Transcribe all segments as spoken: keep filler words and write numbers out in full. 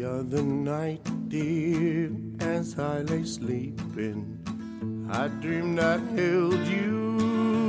other night, dear, as I lay sleeping, I dreamed I held you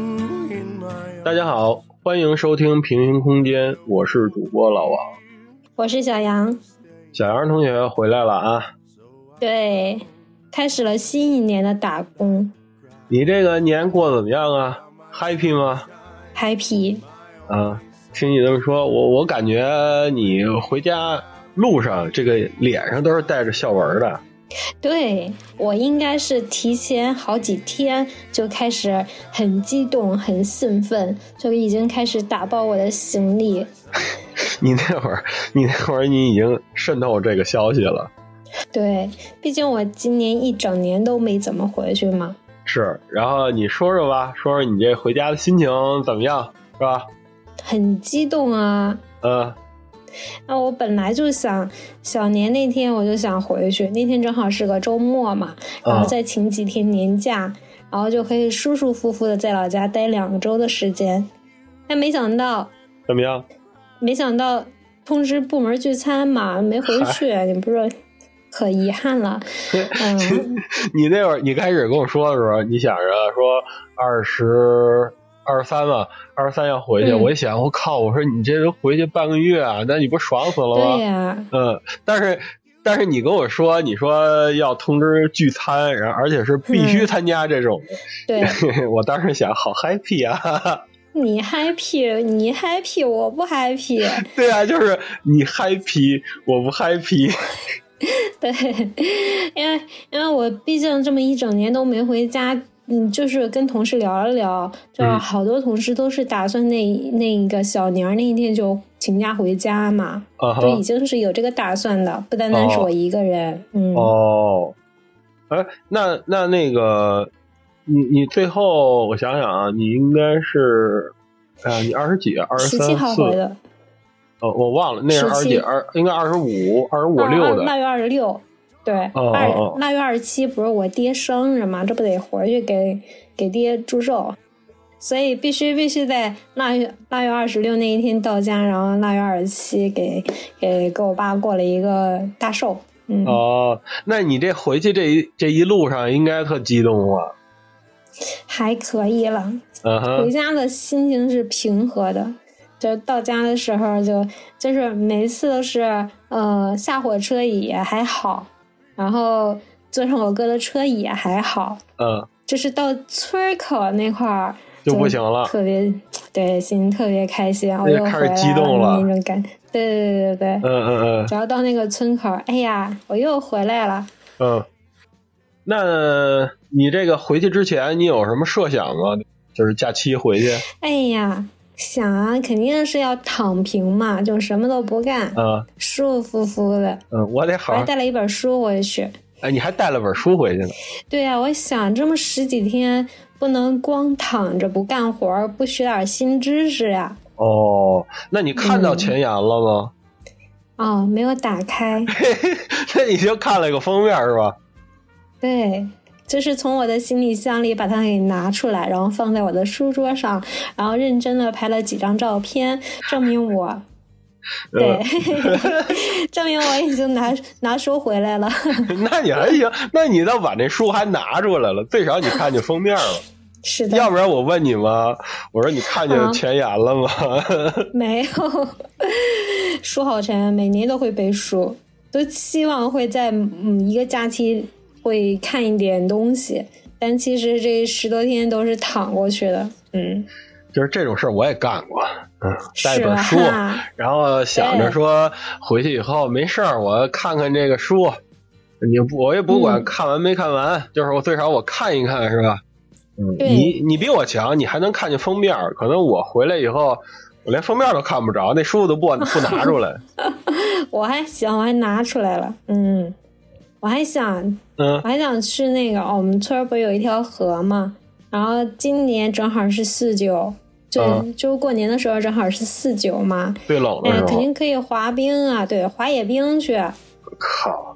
in my arms. 大家好，欢迎收听平行空间，我是主播老王， 我是小杨。 小杨同学回来了啊！ 对，开始了新一年的打工。 你这个年过得怎么样啊 ？happy 吗 ？happy。 啊，听你这么说，我我感觉你回家路上这个脸上都是带着笑纹的。 对，我应该是提前好几天就开始很激动很兴奋，就已经开始打包我的行李。 你那会儿你那会儿你已经渗透这个消息了。 对，毕竟我今年一整年都没怎么回去嘛。 是，然后你说说吧，说说你这回家的心情怎么样，是吧？ 很激动啊。 嗯。 那我本来就想小年那天我就想回去，那天正好是个周末嘛，然后再请几天年假、嗯、然后就可以舒舒服服的在老家待两周的时间。但没想到怎么样？ 没想到通知部门聚餐嘛，没回去，你不是可遗憾了。嗯、 你那会儿你开始跟我说的时候，你想着说二十二十三嘛，二十三要回去、嗯、我一想我靠，我说你这都回去半个月啊，那你不爽死了吗？ 对呀。 嗯，但是但是你跟我说你说要通知聚餐，然后而且是必须参加这种、 嗯、 对我当时想好 happy 啊。 你 happy 你 happy 我不 happy。 对啊，就是你 happy 我不 happy。 对，因为因为我毕竟这么一整年都没回家，嗯，就是跟同事聊了聊，就好多同事都是打算那、嗯、那个小年那一天就请假回家嘛，uh-huh. 就已经是有这个打算的，不单单是我一个人。哦、 嗯，哦，哎，那那那个，你你最后我想想啊，你应该是，哎呀，你二十几？二十三？ 十七号回的。 哦，我忘了，那是二十几，二应该二十五，二十五六的。 腊月二十六，对， 哦哦腊月二十七不是我爹生日嘛，这不得回去给给爹祝寿，所以必须必须在腊月腊月二十六那一天到家，然后腊月二十七给给给我爸过了一个大寿。嗯， 哦，那你这回去这一这一路上应该特激动啊。 还可以了， 嗯、 回家的心情是平和的。就到家的时候就就是每次都是呃下火车也还好，然后坐上我哥的车也还好， 嗯， 就是到村口那块儿就不行了， 特别对，心情特别开心，我又开始激动了那种感觉，对对对对， 嗯嗯嗯， 只要到那个村口，哎呀，我又回来了。 嗯，那你这个回去之前你有什么设想吗？就是假期回去？ 哎呀。想啊，肯定是要躺平嘛，就什么都不干， 嗯， 舒舒服服的。 嗯，我得好。 我还带了一本书回去。 哎，你还带了本书回去呢？ 对呀、啊，我想这么十几天不能光躺着不干活，不学点新知识呀。 哦，那你看到前言了吗？ 嗯、哦，没有打开。 那你就看了个封面是吧？ 对。就是从我的行李箱里把它给拿出来，然后放在我的书桌上，然后认真的拍了几张照片，证明我，对，证明我已经拿拿书回来了。 那你还行，那你倒把那书还拿出来了，最少你看见封面了。 是的。 要不然我问你吗？我说你看见前言了吗？ 啊、没有，书好沉，每年都会背书，都希望会在嗯一个假期。会看一点东西，但其实这十多天都是躺过去的。嗯， 就是这种事儿我也干过，嗯，带本书，然后想着说回去以后没事儿，我看看这个书，你不我也不管看完没看完，嗯、就是我最少我看一看，是吧？嗯，你你比我强，你还能看见封面，可能我回来以后我连封面都看不着，那书都不不拿出来。 我还行，我还拿出来了，嗯。我还想， 嗯， 我还想去那个，哦、我们村不是有一条河嘛？然后今年正好是四九，就、嗯、就过年的时候正好是四九嘛， 最冷的时候， 哎，肯定可以滑冰啊，对，滑野冰去。 靠！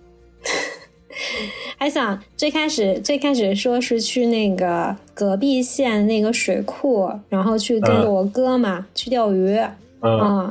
还想最开始最开始说是去那个隔壁县那个水库，然后去跟着我哥嘛、嗯、去钓鱼， 嗯。 嗯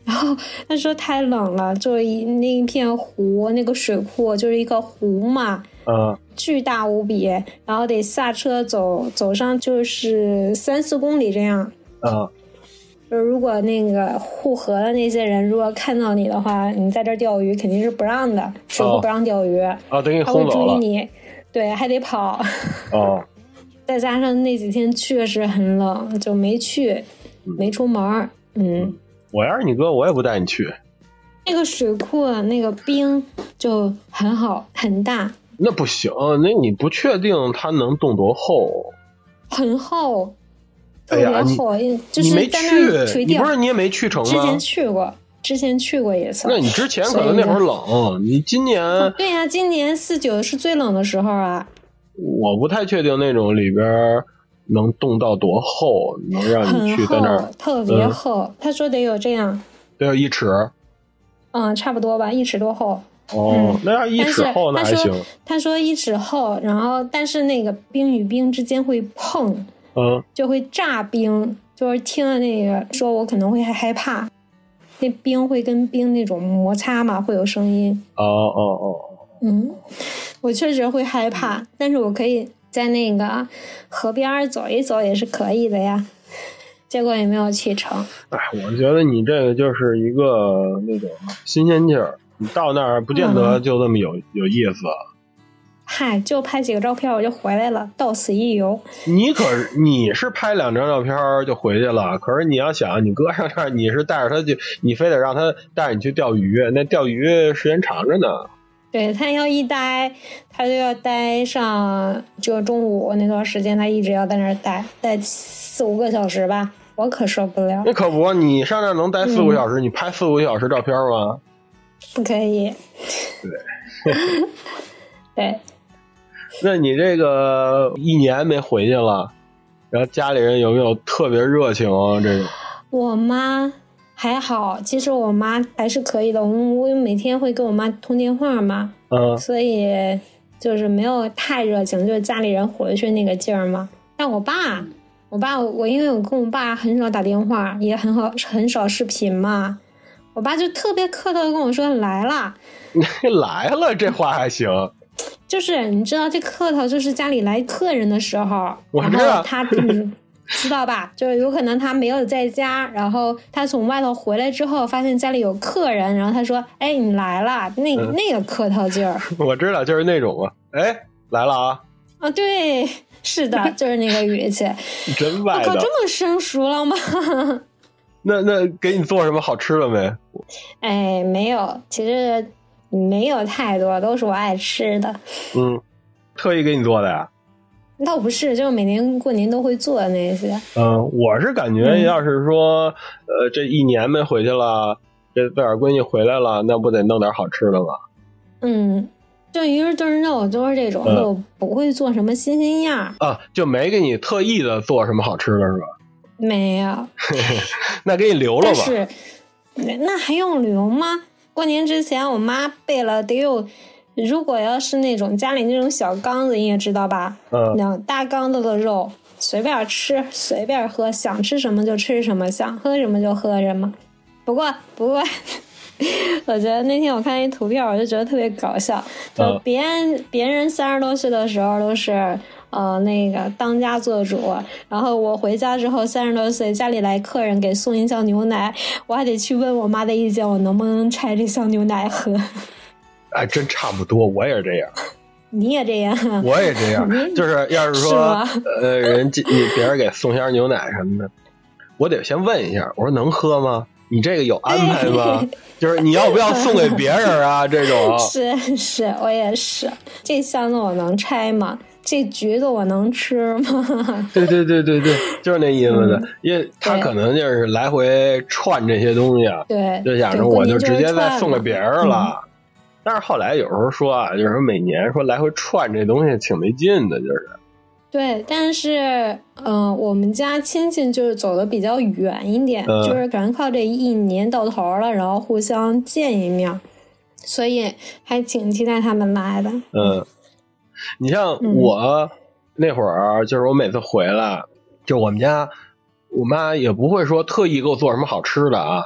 然后他说太冷了，就一那一片湖，那个水库就是一个湖嘛， 嗯， 巨大无比，然后得下车走走上就是三四公里这样。 嗯， 就是如果那个护河的那些人如果看到你的话，你在这儿钓鱼肯定是不让的，水库不让钓鱼。 啊、哦，等给你他会轰走了。 追你，对，还得跑。 哦。 再加上那几天确实很冷，就没去，没出门。嗯， 我要是你哥，我也不带你去。 那个水库那个冰就很好，很大。 那不行，那你不确定它能冻多厚？ 很厚，特别厚， 哎、 呀就是在那儿垂钓。 你不是你也没去成吗？ 之前去过，之前去过一次。 那你之前可能那会儿冷，你今年、 哦、对呀、啊，今年四九是最冷的时候啊。 我不太确定那种里边能冻到多厚，能让你去在那儿。 特别厚、嗯，他说得有这样， 得有一尺。 嗯，差不多吧，一尺多厚。 哦，嗯、那要一尺厚那还行。 他说，他说一尺厚，然后但是那个冰与冰之间会碰， 嗯， 就会炸冰，就是听了那个说我可能会害怕，那冰会跟冰那种摩擦嘛，会有声音。 哦哦哦。 嗯，我确实会害怕，但是我可以在那个河边走一走也是可以的呀。结果也没有去成。 哎，我觉得你这个就是一个那种新鲜劲儿，你到那儿不见得就这么有、嗯、有意思。 嗨，就拍几个照片我就回来了，到此一游。 你可是你是拍两张照片就回去了，可是你要想你哥上这儿，你是带着他去，你非得让他带着你去钓鱼，那钓鱼时间长着呢。 对，他要一待，他就要待上，就中午那段时间，他一直要在那儿待，待四五个小时吧，我可受不了。 那可不，你上那儿能待四五个小时、嗯，你拍四五个小时照片吗？ 不可以。 对。 对。 那你这个一年没回去了，然后家里人有没有特别热情啊？这种？ 我妈。还好，其实我妈还是可以的。我我每天会跟我妈通电话嘛， 嗯， 所以就是没有太热情，就是家里人回去那个劲儿嘛。但我爸，我爸我因为我跟我爸很少打电话，也很好很少视频嘛，我爸就特别客套的跟我说来了， 来了，这话还行。 就是你知道这客套，就是家里来客人的时候， 我知道然后他嗯。知道吧？就是有可能他没有在家，然后他从外头回来之后，发现家里有客人，然后他说：“哎，你来了。”那、嗯、那个客套劲儿， 我知道，就是那种嘛。哎，来了啊！ 啊，对，是的，就是那个语气。 真外的， 我靠，这么生疏了吗？ 那那给你做什么好吃的没？ 哎，没有，其实没有太多，都是我爱吃的。 嗯，特意给你做的呀？ 倒不是，就是每年过年都会做的那些。 嗯，我是感觉要是说，嗯、呃，这一年没回去了，这贝尔闺女回来了，那不得弄点好吃的吗？ 嗯，炖鱼炖肉都是这种，嗯、就不会做什么新鲜样啊，就没给你特意的做什么好吃的是吧？ 没有。 那给你留了吧。 是，那还用留吗？过年之前，我妈备了得有。如果要是那种家里那种小缸子，你也知道吧？ 嗯， 两大缸子的肉，随便吃，随便喝，想吃什么就吃什么，想喝什么就喝什么。不过，不过，我觉得那天我看一图片，我就觉得特别搞笑。就别人、嗯、别人三十多岁的时候都是呃那个当家做主，然后我回家之后三十多岁，家里来客人给送一箱牛奶，我还得去问我妈的意见，我能不能拆这箱牛奶喝。 哎，真差不多，我也是这样。 你也这样？ 我也这样，就是要是说，是呃，人你别人给送箱牛奶什么的，我得先问一下，我说能喝吗？你这个有安排吗？就是你要不要送给别人啊？这种是是，我也是。这箱子我能拆吗？这橘子我能吃吗？ 对对对对对，就是那意思的，嗯、因为他可能就是来回串这些东西啊， 对， 就想着我就直接再送给别人了。嗯，但是后来有时候说啊，就是说每年说来回串这东西挺没劲的，就是对。但是嗯、呃，我们家亲戚就是走的比较远一点，嗯、就是赶靠这一年到头了，然后互相见一面，所以还挺期待他们来的。 嗯，你像我那会儿，就是我每次回来，就我们家我妈也不会说特意给我做什么好吃的啊，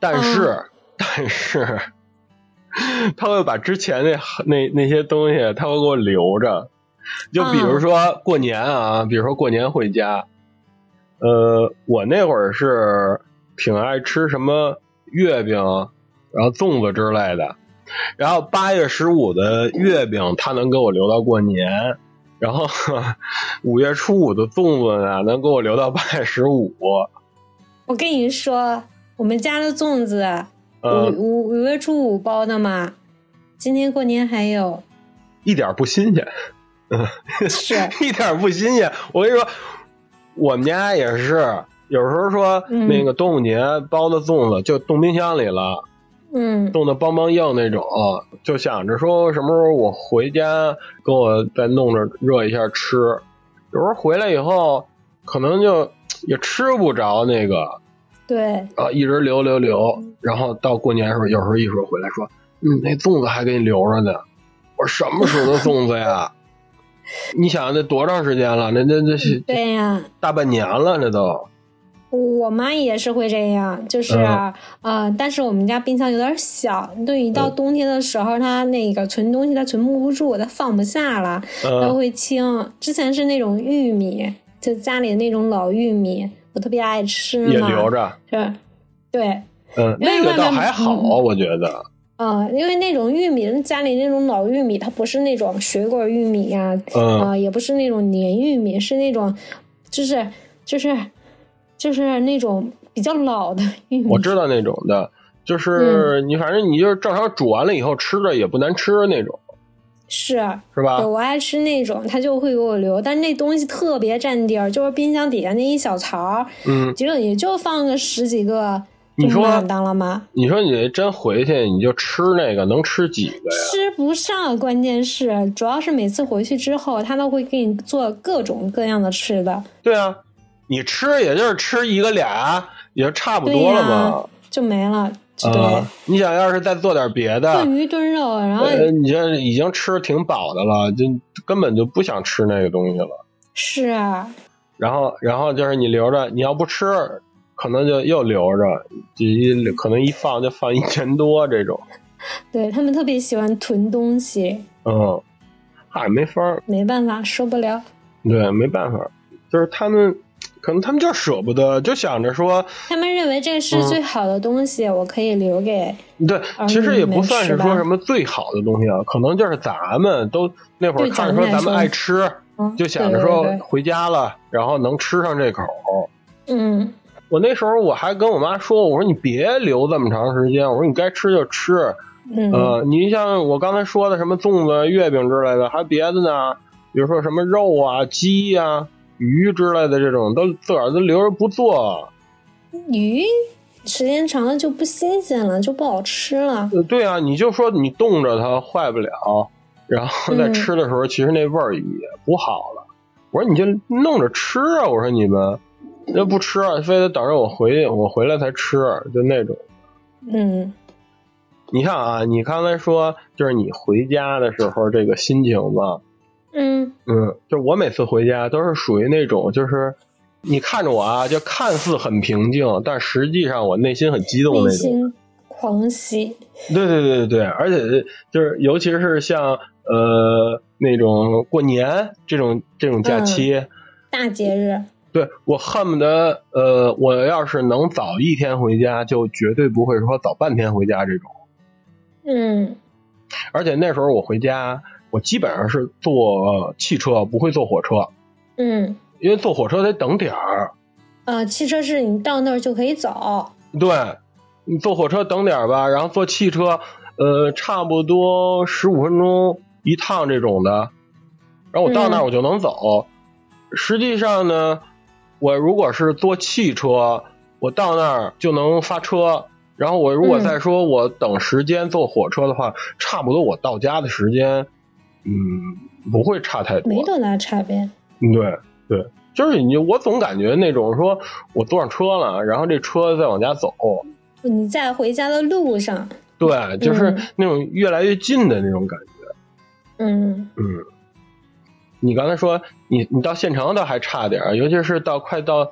但是、嗯、但是他会把之前那那那些东西他会给我留着，就比如说过年啊、嗯、比如说过年回家，呃我那会儿是挺爱吃什么月饼然后粽子之类的，然后八月十五的月饼他能给我留到过年，然后五月初五的粽子呢能给我留到八月十五。 我跟你说我们家的粽子五五五月初五包的嘛，今年过年还有， 一点不新鲜， 是一点不新鲜。我跟你说，我们家也是，有时候说、嗯、那个端午节包的粽子就冻冰箱里了， 嗯， 冻得梆梆硬那种，就想着说什么时候我回家给我再弄着热一下吃。有时候回来以后，可能就也吃不着那个。 对啊，一直留留留，然后到过年的时候，有时候一说回来说，嗯，那粽子还给你留着呢。我说什么时候的粽子呀？你想那多长时间了？那那那是对呀， 大半年了，那都。 我妈也是会这样，就是、嗯、呃，但是我们家冰箱有点小，对，一到冬天的时候，它、嗯、那个存东西它存不住，它放不下了，它、嗯、会清。之前是那种玉米，就家里的那种老玉米。我特别爱吃嘛， 也留着， 是，对， 嗯，那个倒还好、嗯，我觉得， 啊、呃，因为那种玉米，家里那种老玉米，它不是那种水果玉米呀、啊，嗯、呃，也不是那种黏玉米，是那种，就是就是就是那种比较老的玉米。 我知道那种的，就是、嗯、你反正你就是正常煮完了以后吃着也不难吃那种。 是是吧？ 我爱吃那种，他就会给我留，但是那东西特别占地儿，就是冰箱底下那一小槽， 嗯， 结果也就放个十几个， 你说满当了吗？ 你说你真回去你就吃那个，能吃几个呀？ 吃不上，关键是主要是每次回去之后，他都会给你做各种各样的吃的。 对啊，你吃也就是吃一个俩，也就差不多了嘛， 就没了。对、 呃，你想要是再做点别的， 炖鱼炖肉，然后、 呃、你这已经吃挺饱的了，就根本就不想吃那个东西了。 是啊， 然后然后就是你留着，你要不吃，可能就又留着，就一可能一放就放一年多这种。 对，他们特别喜欢囤东西。 嗯，嗨，没法， 没办法，受不了。 对，没办法，就是他们。可能他们就舍不得，就想着说， 他们认为这是最好的东西，嗯、我可以留给。 对，其实也不算是说什么最好的东西啊，可能就是咱们都那会儿看着说咱们爱吃， 嗯、 就想着说回家了，对对对，然后能吃上这口。 嗯， 我那时候我还跟我妈说，我说你别留这么长时间，我说你该吃就吃。 嗯， 呃，你像我刚才说的什么粽子、月饼之类的，还别的呢，比如说什么肉啊、鸡呀、啊。鱼之类的这种都自个儿都留着不做， 鱼时间长了就不新鲜了，就不好吃了。 呃，对啊，你就说你冻着它坏不了，然后在吃的时候、嗯、其实那味儿也不好了。我说你就弄着吃啊，我说你们那不吃啊，非得等着我回我回来才吃，就那种。 嗯， 你看啊，你刚才说就是你回家的时候这个心情嘛。 嗯嗯，就我每次回家都是属于那种，就是你看着我啊，就看似很平静，但实际上我内心很激动那种，内心狂喜。 对对对对，而且就是尤其是像呃那种过年这种这种假期、 嗯、大节日， 对，我恨不得呃我要是能早一天回家，就绝对不会说早半天回家这种。 嗯， 而且那时候我回家。我基本上是坐汽车，不会坐火车。 嗯， 因为坐火车得等点儿。 呃，汽车是你到那儿就可以走。 对，你坐火车等点儿吧，然后坐汽车，呃，差不多十五分钟一趟这种的。然后我到那儿我就能走。嗯、实际上呢，我如果是坐汽车，我到那儿就能发车。然后我如果再说我等时间坐火车的话，嗯、差不多我到家的时间。嗯，不会差太多， 没多大差别。 对对，就是你，我总感觉那种说我坐上车了，然后这车再往家走， 你在回家的路上， 对，就是那种越来越近的那种感觉。 嗯嗯，你刚才说你你到县城倒还差点，尤其是到快到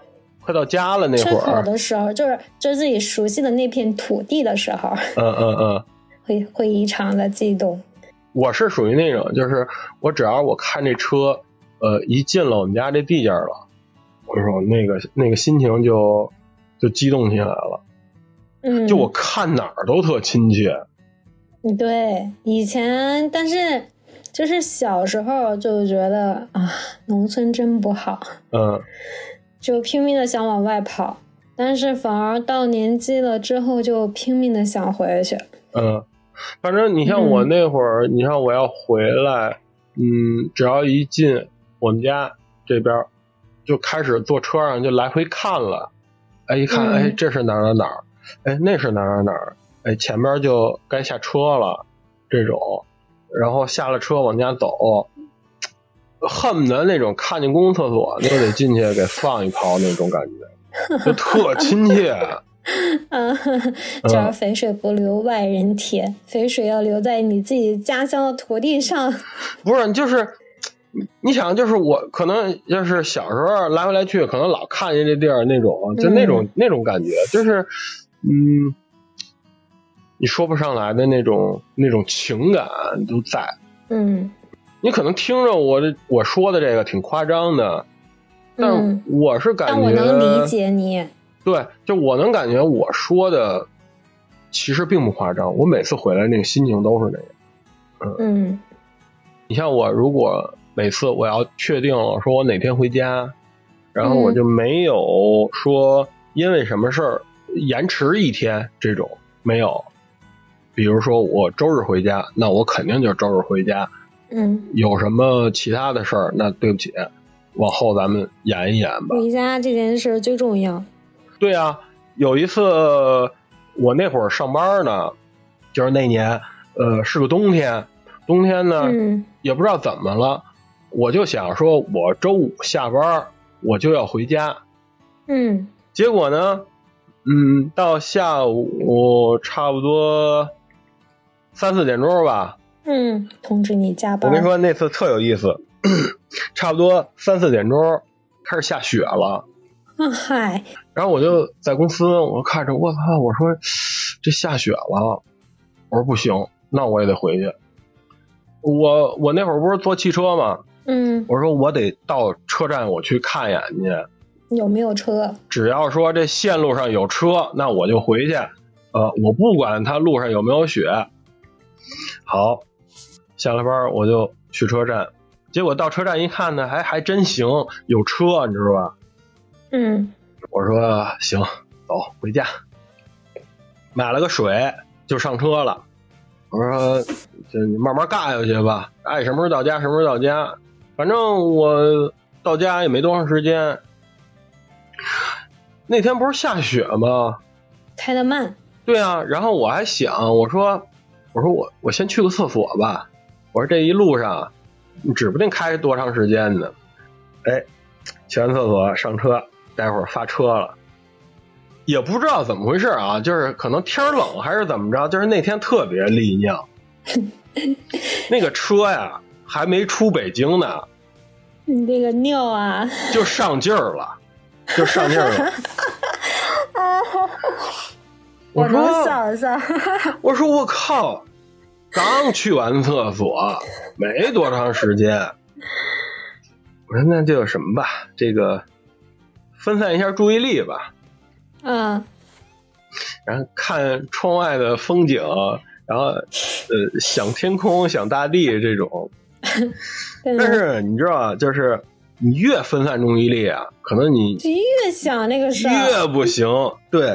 快到家了那会儿， 车好的时候，就是就是自己熟悉的那片土地的时候， 嗯嗯嗯， 会会异常的激动。 我是属于那种，就是我只要我看这车，呃，一进了我们家这地界了，我说那个那个心情就就激动起来了， 嗯， 就我看哪儿都特亲切。 对，以前但是就是小时候就觉得啊，农村真不好， 嗯， 就拼命的想往外跑，但是反而到年纪了之后就拼命的想回去。 嗯，反正你像我那会儿，嗯、你看我要回来，嗯，只要一进我们家这边，就开始坐车上就来回看了，哎，一看，嗯、哎，这是哪儿哪儿哪儿，哎，那是哪儿哪儿哪儿，哎，前边就该下车了，这种，然后下了车往家走，恨不得那种看见公共厕所就得进去给放一泡那种感觉，就特亲切。 嗯，叫肥水不流外人田，嗯、肥水要流在你自己家乡的土地上。 不是，就是你想，就是我可能就是小时候来回来去，可能老看见这地儿那种，就那种、嗯、那种感觉，就是嗯，你说不上来的那种那种情感都在。 嗯， 你可能听着我这我说的这个挺夸张的，但我是感觉， 但我能理解你。 对，就我能感觉我说的其实并不夸张，我每次回来那个心情都是那样。嗯， 嗯， 你像我如果每次我要确定了说我哪天回家，然后我就没有说因为什么事儿延迟一天这种，没有。比如说我周日回家，那我肯定就周日回家。 嗯， 有什么其他的事儿，那对不起，往后咱们演一演吧。 回家这件事最重要。 对啊，有一次我那会儿上班呢，就是那年呃是个冬天，冬天呢、 嗯、 也不知道怎么了，我就想说我周五下班我就要回家。 嗯， 结果呢嗯到下午差不多三四点钟吧， 嗯，通知你加班。 我跟你说那次特有意思，差不多三四点钟开始下雪了。 啊嗨！ 然后我就在公司，我看着我操，我说这下雪了，我说不行，那我也得回去。我我那会儿不是坐汽车吗？ 嗯， 我说我得到车站我去看一眼去， 有没有车？ 只要说这线路上有车，那我就回去。呃，我不管它路上有没有雪。好，下了班我就去车站，结果到车站一看呢，还还真行，有车，你知道吧？ 嗯， 我说行，走回家，买了个水就上车了。我说就你慢慢干下去吧，爱什么时候到家什么时候到家，反正我到家也没多长时间。那天不是下雪吗？ 开得慢。 对啊，然后我还想，我说我说我我先去个厕所吧，我说这一路上指不定开多长时间呢。哎，去完厕所上车，待会儿发车了，也不知道怎么回事啊，就是可能天冷还是怎么着，就是那天特别利尿。那个车呀还没出北京呢， 你这个尿啊就上劲儿了，就上劲儿了。 我能笑一笑。 我说我靠，刚去完厕所没多长时间。我说那就什么吧，这个分散一下注意力吧。 嗯， 然后看窗外的风景，然后呃想天空想大地这种。但是你知道啊，就是你越分散注意力啊，可能你越想那个事儿越不行。对，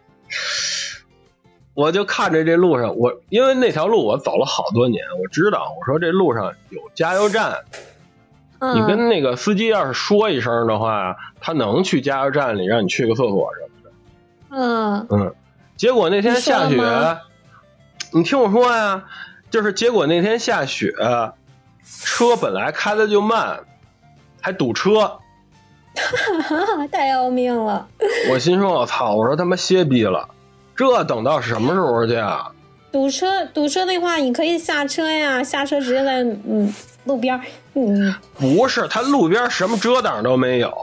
我就看着这路上，我因为那条路我走了好多年，我知道，我说这路上有加油站。 嗯、 你跟那个司机要是说一声的话，他能去加油站里让你去个厕所什么的。 嗯嗯，结果那天下雪， 你, 你听我说呀，就是结果那天下雪，车本来开的就慢，还堵车， 太要命了。 我心说我操，我说他妈歇逼了，这等到什么时候去啊？ 堵车堵车的话你可以下车呀，下车直接在嗯路边。嗯， 不是，他路边什么遮挡都没有，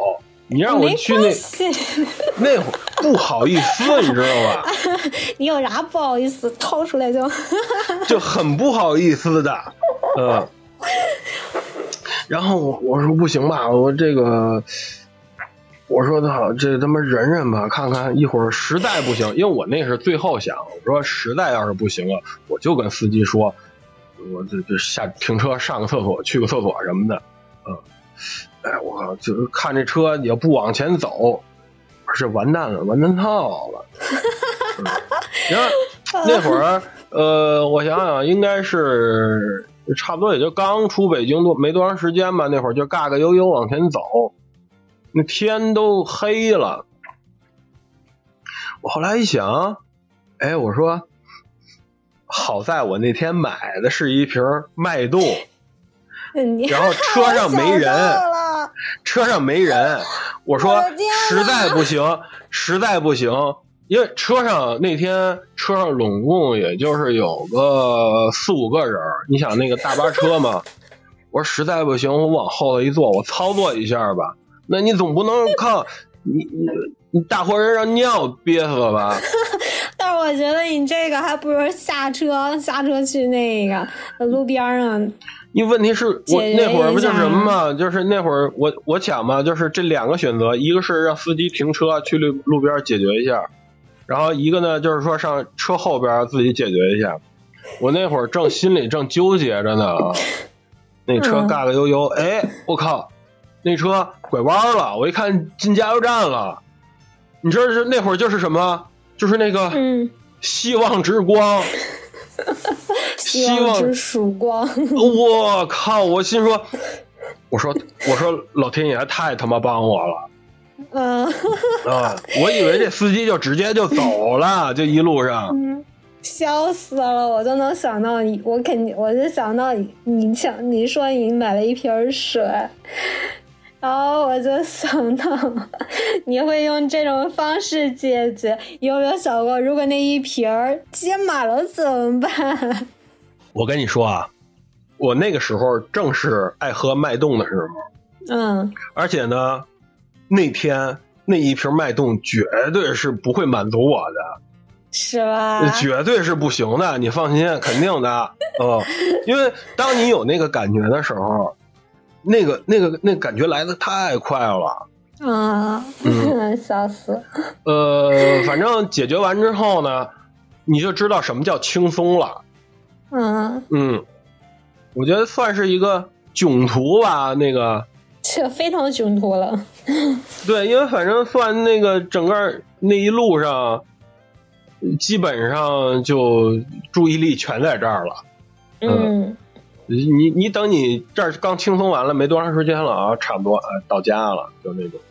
你让我去那那会儿不好意思，你知道吧？ 你有啥不好意思掏出来就就很不好意思的，嗯。然后我我说不行吧，我这个我说操，这他妈忍忍吧，看看一会儿实在不行，因为我那是最后想，我说实在要是不行了，我就跟司机说，我这这下停车上个厕所，去个厕所什么的，嗯。哎，我靠！就看这车也不往前走，是完蛋了，完蛋套了。嗯、然后那会儿，呃，我想想，应该是差不多也就刚出北京多没多长时间吧。那会儿就嘎嘎悠悠往前走，那天都黑了。我后来一想，哎，我说，好在我那天买的是一瓶脉动。然后车上没人，车上没人。我说实在不行，实在不行，因为车上那天车上拢共也就是有个四五个人，你想那个大巴车嘛。我说实在不行，我往后头一坐，我操作一下吧。那你总不能靠你你你大活人让尿憋死了吧？ 但是我觉得你这个还不如下车下车去那个路边上。 你问题是我那会儿不就是什么嘛，就是那会儿我我想嘛，就是这两个选择，一个是让司机停车去路路边解决一下，然后一个呢就是说上车后边自己解决一下。我那会儿正心里正纠结着呢，那车嘎嘎悠悠，哎，我靠，那车拐弯了，我一看进加油站了，你知道是那会儿就是什么？就是那个希望之光。 希望之曙光。 我靠！我心说，我说我说老天爷太他妈帮我了。 嗯啊！我以为这司机就直接就走了，就一路上。 嗯，笑死了！我就能想到你，我肯定我就想到你，你想你说你买了一瓶水。然后我就想到你会用这种方式解决，有没有想过如果那一瓶儿接满了怎么办？ 我跟你说啊，我那个时候正是爱喝脉动的时候， 嗯， 而且呢，那天那一瓶脉动绝对是不会满足我的， 是吧？ 绝对是不行的，你放心，肯定的，嗯，因为当你有那个感觉的时候。那个、那个、那个感觉来的太快了啊！嗯，笑死。 呃，反正解决完之后呢，你就知道什么叫轻松了。 嗯嗯，我觉得算是一个囧途吧，那个。 这非常囧途了。 对，因为反正算那个整个那一路上，基本上就注意力全在这儿了。 嗯。 嗯你你等你这儿刚轻松完了没多长时间了啊，差不多啊到家了，就那种。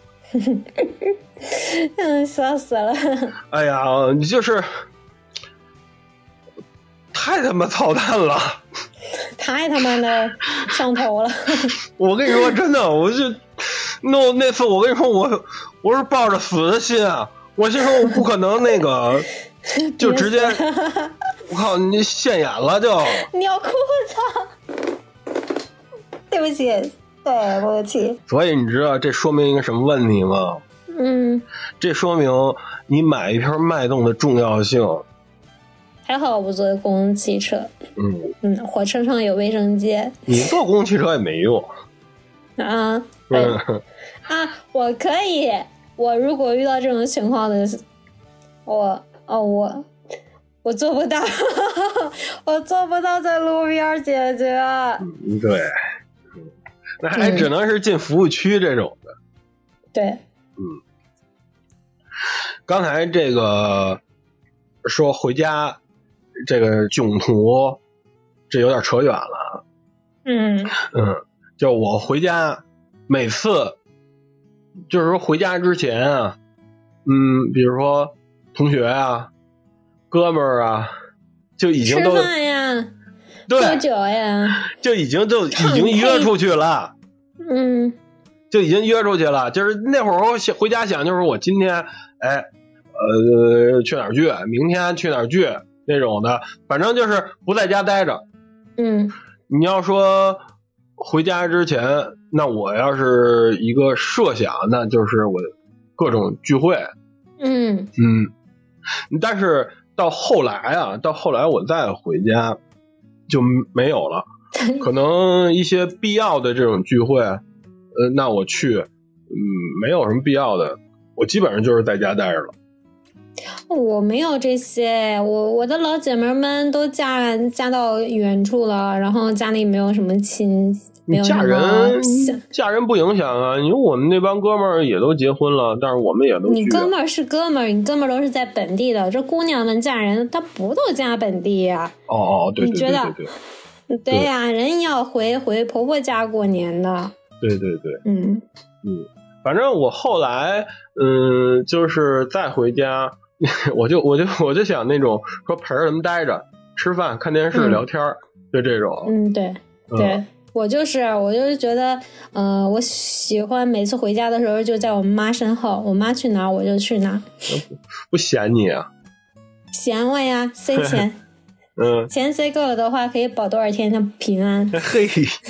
嗯，笑死了。 哎呀，你就是太他妈操蛋了， 太他妈的上头了。 我跟你说真的，我就那那次我跟你说我我是抱着死的心啊，我心说我不可能那个就直接。我靠！你现眼了就！ 你要裤子！对不起，对不起。 所以你知道这说明一个什么问题吗？ 嗯， 这说明你买一瓶脉动的重要性。 还好我不坐公共汽车。 嗯嗯，火车上有卫生间。 你坐公共汽车也没用。 啊？嗯啊，我可以。我如果遇到这种情况的，我哦我。我做不到，我做不到在路边解决。 嗯，对，那还只能是进服务区这种的。 对， 嗯，刚才这个说回家这个囧途，这有点扯远了。 嗯嗯，就我回家每次，就是说回家之前啊，嗯，比如说同学啊。哥们儿啊，就已经都吃饭呀， 对， 喝酒呀， 就已经就已经约出去了， 嗯， 就已经约出去了。就是那会儿我回家想，就是我今天哎呃去哪儿聚，明天去哪儿聚那种的，反正就是不在家待着。 嗯， 你要说回家之前，那我要是一个设想，那就是我各种聚会。 嗯嗯，但是到后来啊，到后来我再回家就没有了。可能一些必要的这种聚会，呃，那我去，嗯，没有什么必要的，我基本上就是在家待着了。 我没有这些，我我的老姐妹们都嫁嫁到远处了，然后家里没有什么亲，没有什么嫁人嫁人不影响啊，因为我们那帮哥们儿也都结婚了，但是我们也都聚。 你哥们儿是哥们儿，你哥们儿都是在本地的，这姑娘们嫁人，她不都嫁本地呀、 啊？哦哦，对对对对对。 你觉得？对呀、啊，人要回回婆婆家过年的。 对对对， 嗯嗯，反正我后来，嗯，就是再回家。我就我就我就想那种说陪着他们待着吃饭看电视、嗯、聊天，就这种。 嗯，对对、嗯，我就是我就是觉得，呃，我喜欢每次回家的时候就在我妈身后，我妈去哪我就去哪。 不, 不嫌你啊？ 嫌我呀，塞钱。 嗯， 钱塞够了的话，可以保多少天的平安。 嘿，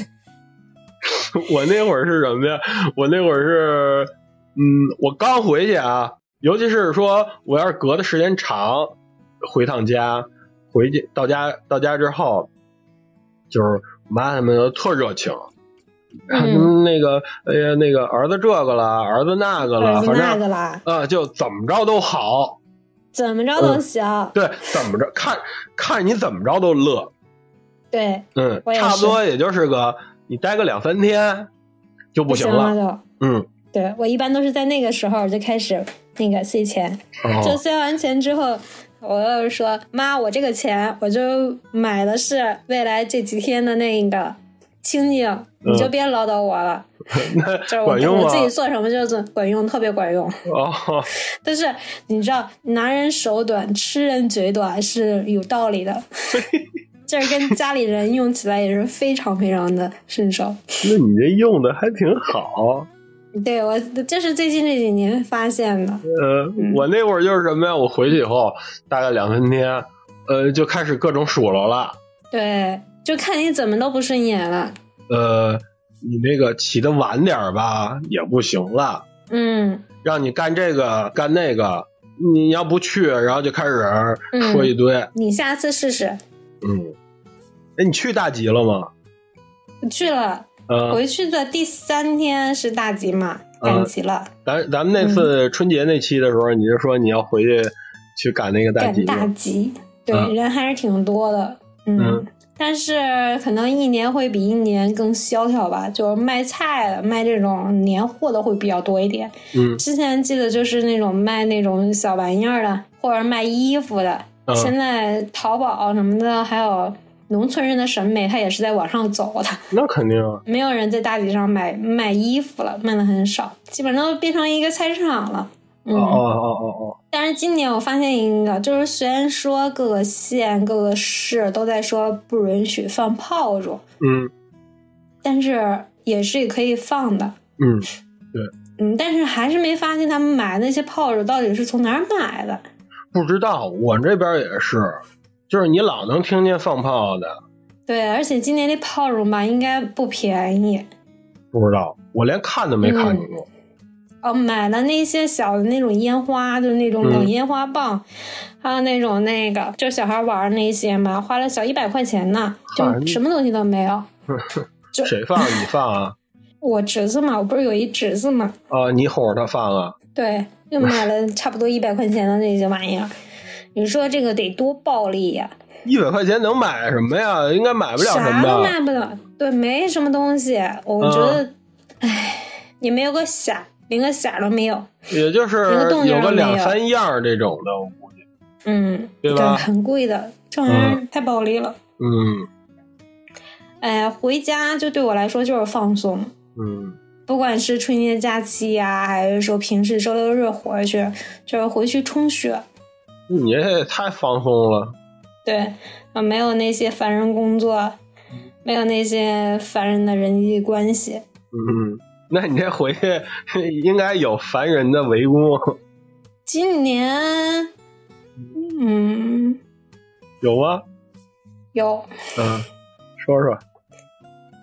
我那会儿是什么呀？我那会儿是，嗯，我刚回去啊。尤其是说我要是隔的时间长，回趟家，回去到家到家之后，就是我妈他们都特热情，嗯，那个哎呀那个儿子这个了，儿子那个了， 儿子那个了， 啊、呃，就怎么着都好， 怎么着都行、嗯， 对，怎么着看看你怎么着都乐， 对， 嗯，差不多也就是个你待个两三天就不行了， 不行了就嗯， 对我一般都是在那个时候就开始。那个塞钱、哦，就塞完钱之后，我又说妈，我这个钱我就买的是未来这几天的那个清静，嗯、你就别唠叨我了。就是我, 我自己做什么就是管用，特别管用。 哦， 但是你知道，拿人手短，吃人嘴短是有道理的。这跟家里人用起来也是非常非常的顺手。 那你这用的还挺好。 对，我这是最近这几年发现的。 呃、嗯，我那会儿就是什么呀？我回去以后大概两三天，呃，就开始各种数落了。 对，就看你怎么都不顺眼了。 呃，你那个起得晚点吧，也不行了。 嗯。 让你干这个干那个，你要不去，然后就开始说一堆。 嗯、你下次试试。 嗯。哎，你去大吉了吗？ 我去了。 呃、 回去的第三天是大吉嘛，赶集了。 呃、咱咱们那次春节那期的时候，嗯、你就说你要回去去赶那个大吉。 赶大吉，对、 嗯， 人还是挺多的。嗯， 嗯但是可能一年会比一年更萧条吧，就是卖菜的、卖这种年货的会比较多一点。 嗯， 之前记得就是那种卖那种小玩意儿的，或者卖衣服的。 嗯、 现在淘宝什么的，还有。农村人的审美，他也是在往上走的。 那肯定啊， 没有人在大集上买卖衣服了，卖的很少，基本上都变成一个菜市场了。嗯、 哦哦哦哦。 但是今年我发现一个，就是虽然说各个县、各个市都在说不允许放炮竹， 嗯， 但是也是可以放的。 嗯，对， 嗯，但是还是没发现他们买那些炮竹到底是从哪儿买的。 不知道，我这边也是。就是你老能听见放炮的， 对，而且今年这炮竹吧应该不便宜。 不知道，我连看都没看见过。 嗯、哦，买了那些小的那种烟花，就那种冷烟花棒，嗯、还有那种那个就小孩玩那些嘛，花了小一百块钱呢，就什么东西都没有。 就谁放？你放啊？ 我侄子嘛，我不是有一侄子嘛？ 啊，你哄着他放啊？ 对，就买了差不多一百块钱的那些玩意儿。你说这个得多暴利呀！ 一百块钱能买什么呀？应该买不了什么。 啥都买不了，对，没什么东西。我觉得，唉、嗯，也没有个色，连个色都没有。 也就是有个两三样这种的，我估计。 嗯， 对吧？ 对，很贵的，这玩意儿太暴利了。 嗯。 哎，回家就对我来说就是放松。 嗯。 不管是春节假期呀、啊，还是说平时周六日回去，就是回去充血。 你也太放松了。 对，没有那些烦人工作，没有那些烦人的人际关系。 嗯，那你这回去应该有烦人的围攻。 今年，嗯， 有吗？ 有。 嗯，说说。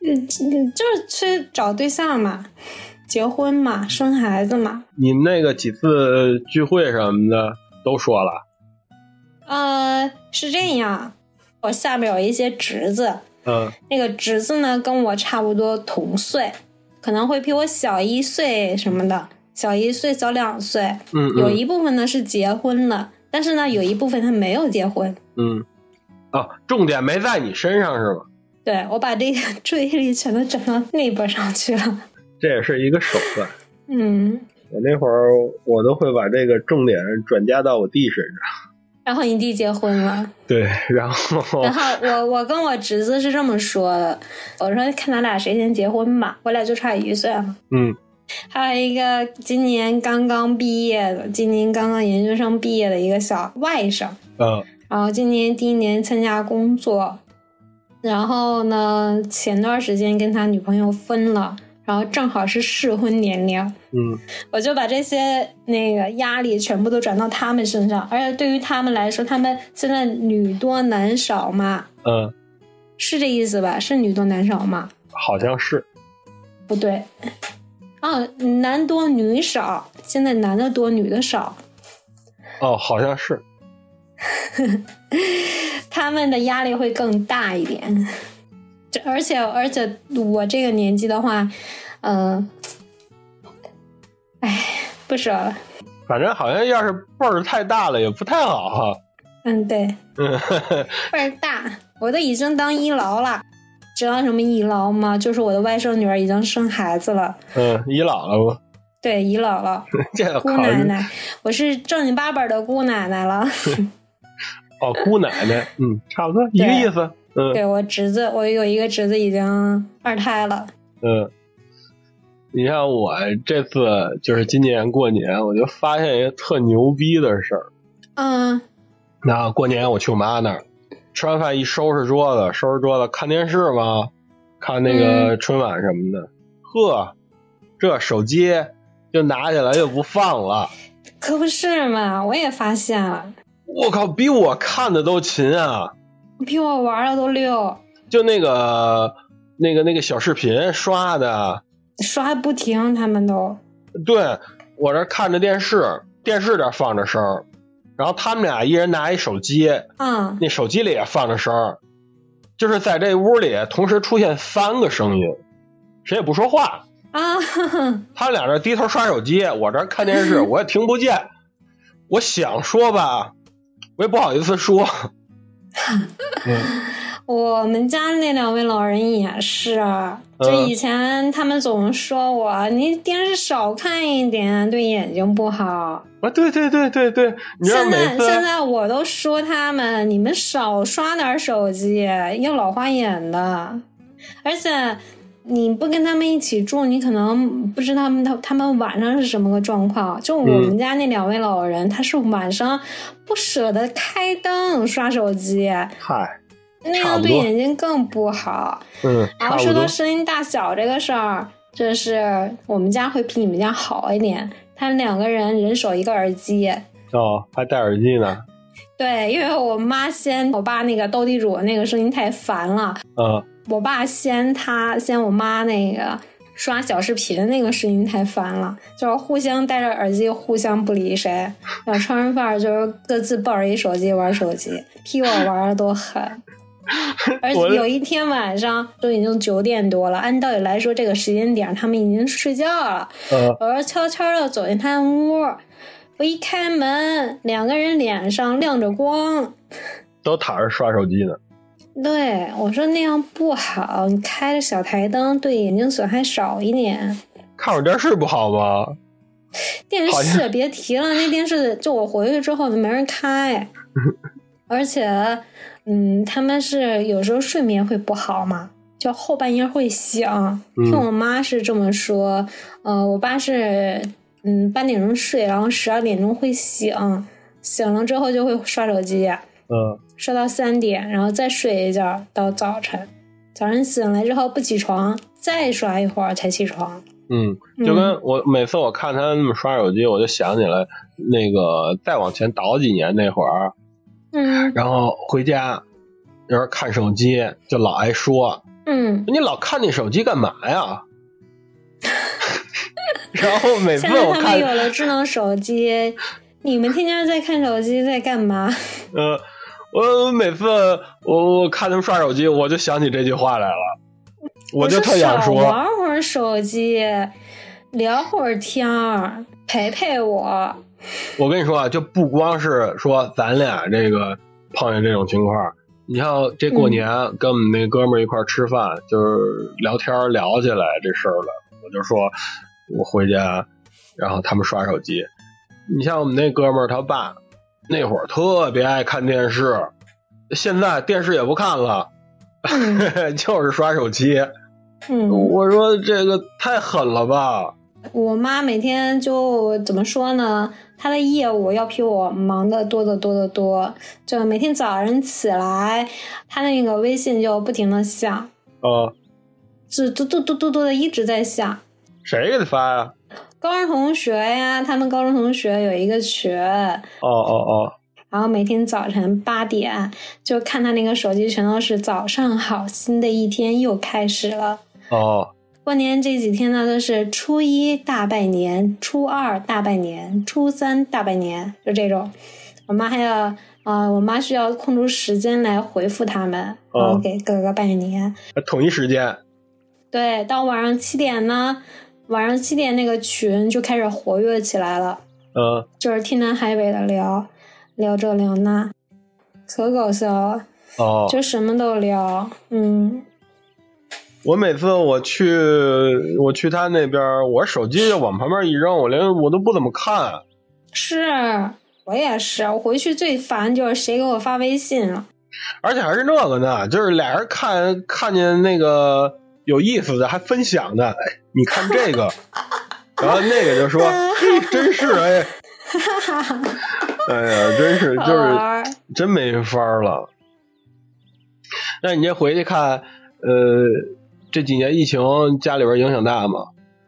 嗯，就是去找对象嘛，结婚嘛，生孩子嘛。 你们那个几次聚会什么的都说了？ 呃，是这样，我下面有一些侄子， 嗯， 那个侄子呢跟我差不多同岁，可能会比我小一岁什么的，小一岁小两岁。 嗯，嗯， 有一部分呢是结婚了，但是呢有一部分他没有结婚。 嗯，哦，重点没在你身上是吧？ 对，我把这个注意力全都整到那边上去了。这也是一个手段。 嗯， 我那会儿我都会把这个重点转嫁到我弟身上。 然后你弟结婚了。 对，然后然后我我跟我侄子是这么说的，我说看咱俩谁先结婚吧，我俩就差一岁嘛。 嗯， 还有一个今年刚刚毕业的，今年刚刚研究生毕业的一个小外甥。 嗯， 然后今年第一年参加工作，然后呢前段时间跟他女朋友分了，然后正好是适婚年龄。 嗯， 我就把这些那个压力全部都转到他们身上，而且对于他们来说，他们现在女多男少嘛。 嗯， 是这意思吧？是女多男少吗？ 好像是。 不对。哦，男多女少，现在男的多女的少。 哦，好像是。 他们的压力会更大一点。而且而且我这个年纪的话，嗯、呃，哎，不说了。 反正好像要是辈儿太大了也不太好哈。 嗯，对。 嗯， 辈儿大，我都已经当姨姥了。知道什么姨姥吗？就是我的外甥女儿已经生孩子了。 嗯，姨姥姥吗？ 对，姨姥姥。 这姑奶奶，我是正经八百的姑奶奶了。 哦，姑奶奶，嗯，差不多一个意思。嗯， 对，我侄子，我有一个侄子已经二胎了。 嗯，你看我这次就是今年过年，我就发现一个特牛逼的事儿。 嗯， 那过年我去我妈那儿，吃完饭一收拾桌子，收拾桌子看电视嘛，看那个春晚什么的。嗯、呵，这手机就拿起来就不放了。 可不是嘛，我也发现了。 我靠，比我看的都勤啊！ 比我玩的都溜。 就那个那个那个小视频刷的， 刷不停，他们都。 对，我这看着电视，电视这放着声儿，然后他们俩一人拿一手机， 嗯， 那手机里也放着声儿，就是在这屋里同时出现三个声音，谁也不说话啊。 他俩这低头刷手机，我这看电视，我也听不见。我想说吧，我也不好意思说。 嗯，我们家那两位老人也是，就以前他们总说我、嗯、你电视少看一点，对眼睛不好啊。对对对对对，你现在现在我都说他们，你们少刷点手机，要老花眼的。而且你不跟他们一起住，你可能不知道他们他他们晚上是什么个状况。就我们家那两位老人，嗯、他是晚上不舍得开灯刷手机， 嗨， 那样对眼睛更不好。 嗯， 然后说到声音大小这个事儿，就是我们家会比你们家好一点，他两个人人手一个耳机。 哦，还戴耳机呢。 对，因为我妈嫌我爸那个斗地主那个声音太烦了。 嗯。 我爸嫌他嫌我妈那个刷小视频那个声音太烦了，就是互相戴着耳机互相不理谁，然后吃完饭就是各自抱着一手机玩手机，比我玩的都狠。而且有一天晚上都已经九点多了，按道理来说这个时间点他们已经睡觉了。 嗯、 我悄悄的走进他屋，我一开门，两个人脸上亮着光， 都躺着刷手机呢。 对，我说那样不好，你开着小台灯对眼睛损害少一点。 看会儿电视不好吗？ 电视别提了，那电视就我回去之后没人开。而且嗯，他们是有时候睡眠会不好嘛，就后半夜会醒。 嗯、 听我妈是这么说，呃，我爸是嗯八点钟睡，然后十二点钟会醒，醒了之后就会刷手机。 嗯， 刷到三点，然后再睡一觉到早晨。早上醒来之后不起床，再刷一会儿才起床。 嗯，就跟我、嗯、每次我看他那么刷手机，我就想起来那个再往前倒几年那会儿， 嗯， 然后回家有时候看手机就老爱说嗯， 你老看你手机干嘛呀？然后每次我看， 现在他们有了智能手机，你们天天在看手机在干嘛？ 呃，我每次我我看他们刷手机，我就想起这句话来了，我就特想说， 玩会儿手机，聊会儿天儿，陪陪我。 我跟你说啊，就不光是说咱俩这个碰见这种情况，你像这过年、嗯、跟我们那哥们儿一块儿吃饭，就是聊天聊起来这事儿了，我就说我回家，然后他们刷手机。你像我们那哥们儿他爸那会儿特别爱看电视，现在电视也不看了，嗯、就是刷手机。 嗯， 我说这个太狠了吧。 我妈每天就怎么说呢，她的业务要比我忙得多得多得多，就每天早上起来她那个微信就不停的响， 哦， 就嘟嘟嘟嘟嘟的一直在响。 谁给他发呀？ 高中同学呀，他们高中同学有一个群。 哦哦哦。 然后每天早晨八点就看他那个手机全都是早上好，新的一天又开始了。 哦。 过年这几天呢都是初一大拜年，初二大拜年，初三大拜年，就这种。我妈还要啊、呃，我妈需要空出时间来回复他们，然后给哥哥拜年。 哦、统一时间。 对，到晚上七点呢，晚上七点那个群就开始活跃起来了。 嗯， 就是天南海北的聊，聊这聊那，可搞笑了。 哦， 就什么都聊。嗯。 我每次我去我去他那边，我手机就往旁边一扔，我连我都不怎么看。 是我也是，我回去最烦就是谁给我发微信了。 而且还是那个呢，就是俩人看看见那个有意思的还分享的，哎，你看这个，然后那个就说，嘿，真是哎，哎呀，真是就是真没法了。那你这回去看，呃。这几年疫情家里边影响大吗？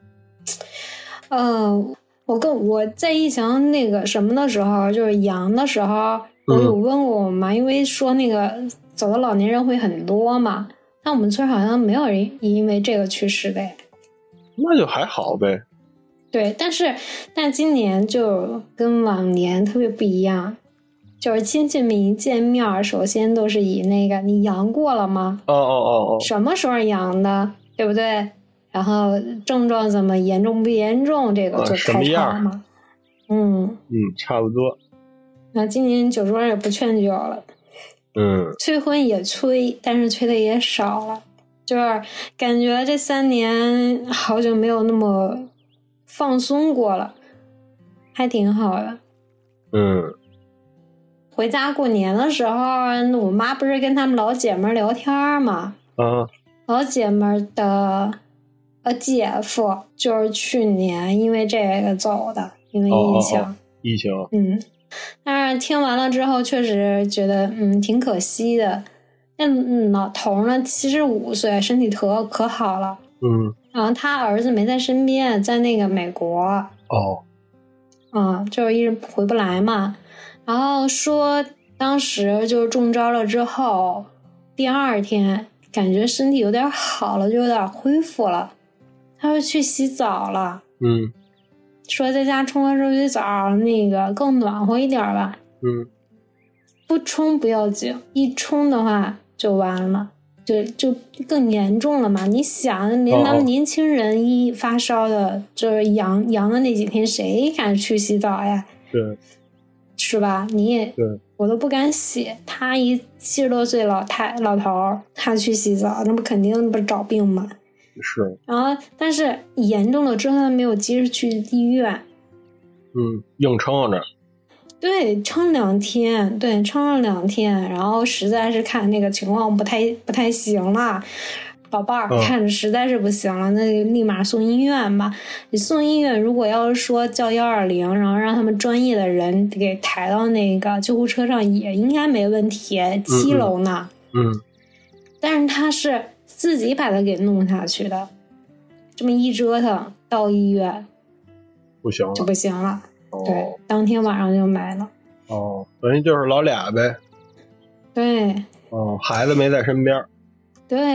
嗯、呃，我跟我在疫情那个什么的时候，就是阳的时候，我有问过我妈、嗯，因为说那个走的老年人会很多嘛，但我们村好像没有人因为这个去世的。 那就还好呗。 对，但是但今年就跟往年特别不一样。就是亲戚们一见面，首先都是以那个你阳过了吗？ 哦哦哦哦， 什么时候阳的，对不对？然后症状怎么严重不严重，这个就开场嘛。嗯嗯，差不多。 那今年酒桌也不劝酒了， 嗯， 催婚也催，但是催的也少了，就是感觉这三年好久没有那么放松过了，还挺好的。 嗯。 回家过年的时候，我妈不是跟他们老姐们聊天嘛？ 啊， 老姐们的呃姐夫就是去年因为这个走的，因为疫情。 哦哦哦疫情。 嗯，但是听完了之后，确实觉得嗯挺可惜的。那老头呢，七十五岁，身体可可好了。 嗯。 然后他儿子没在身边，在那个美国。 哦。 嗯，就是一直回不来嘛。然后说当时就是中招了之后，第二天感觉身体有点好了，就有点恢复了。他说去洗澡了， 嗯， 说在家冲个热水澡，那个更暖和一点吧。 嗯， 不冲不要紧，一冲的话就完了，就就更严重了嘛。你想，连咱们年轻人一发烧的，哦、就是阳阳的那几天，谁敢去洗澡呀？ 对。 是吧？你也，我都不敢洗。他一七十多岁老太老头儿，他去洗澡，那不肯定不是找病吗？ 是。 然后，但是严重了之后，他没有及时去医院。 嗯，硬撑着。 对，撑两天，对，撑了两天，然后实在是看那个情况不太不太行了。宝贝儿，看着实在是不行了，嗯、那就立马送医院吧。你送医院，如果要是说叫幺二零，然后让他们专业的人给抬到那个救护车上，也应该没问题。七楼呢， 嗯，嗯但是他是自己把他给弄下去的，这么一折腾到医院， 不行了， 就不行了。 哦、 对，当天晚上就没了。 哦，等于就是老俩呗。 对。 哦，孩子没在身边。 对，